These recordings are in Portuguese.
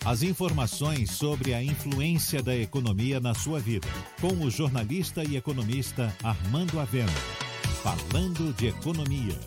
As informações sobre a influência da economia na sua vida, com o jornalista e economista Armando Avena. Falando de economia.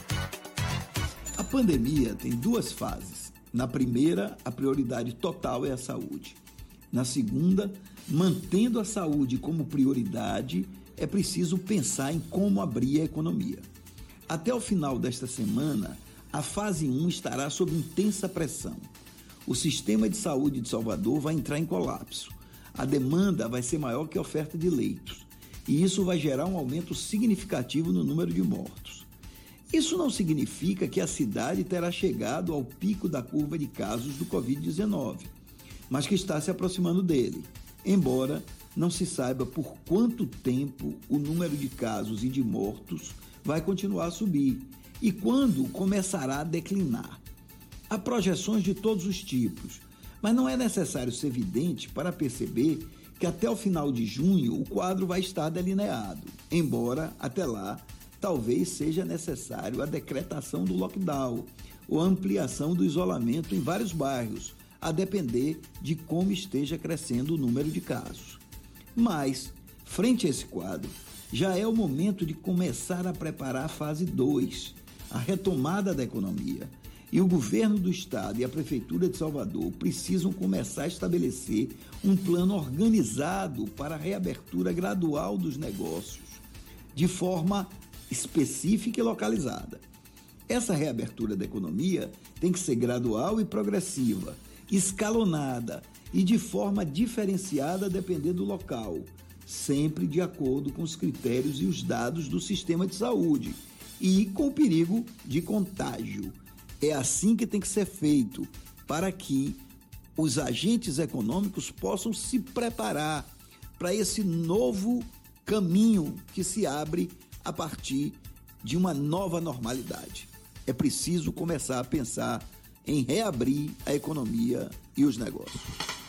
A pandemia tem duas fases. Na primeira, a prioridade total é a saúde. Na segunda, mantendo a saúde como prioridade, é preciso pensar em como abrir a economia. Até o final desta semana, a fase 1 estará sob intensa pressão. O sistema de saúde de Salvador vai entrar em colapso. A demanda vai ser maior que a oferta de leitos. E isso vai gerar um aumento significativo no número de mortos. Isso não significa que a cidade terá chegado ao pico da curva de casos do Covid-19, mas que está se aproximando dele, embora não se saiba por quanto tempo o número de casos e de mortos vai continuar a subir e quando começará a declinar. Há projeções de todos os tipos, mas não é necessário ser vidente para perceber que até o final de junho o quadro vai estar delineado, embora até lá talvez seja necessário a decretação do lockdown ou a ampliação do isolamento em vários bairros, a depender de como esteja crescendo o número de casos. Mas, frente a esse quadro, já é o momento de começar a preparar a fase 2, a retomada da economia. E o governo do estado e a prefeitura de Salvador precisam começar a estabelecer um plano organizado para a reabertura gradual dos negócios, de forma específica e localizada. Essa reabertura da economia tem que ser gradual e progressiva, escalonada e de forma diferenciada dependendo do local, sempre de acordo com os critérios e os dados do sistema de saúde e com o perigo de contágio. É assim que tem que ser feito, para que os agentes econômicos possam se preparar para esse novo caminho que se abre a partir de uma nova normalidade. É preciso começar a pensar em reabrir a economia e os negócios.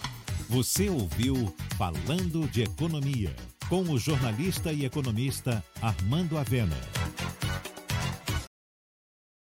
Você ouviu Falando de Economia, com o jornalista e economista Armando Avena.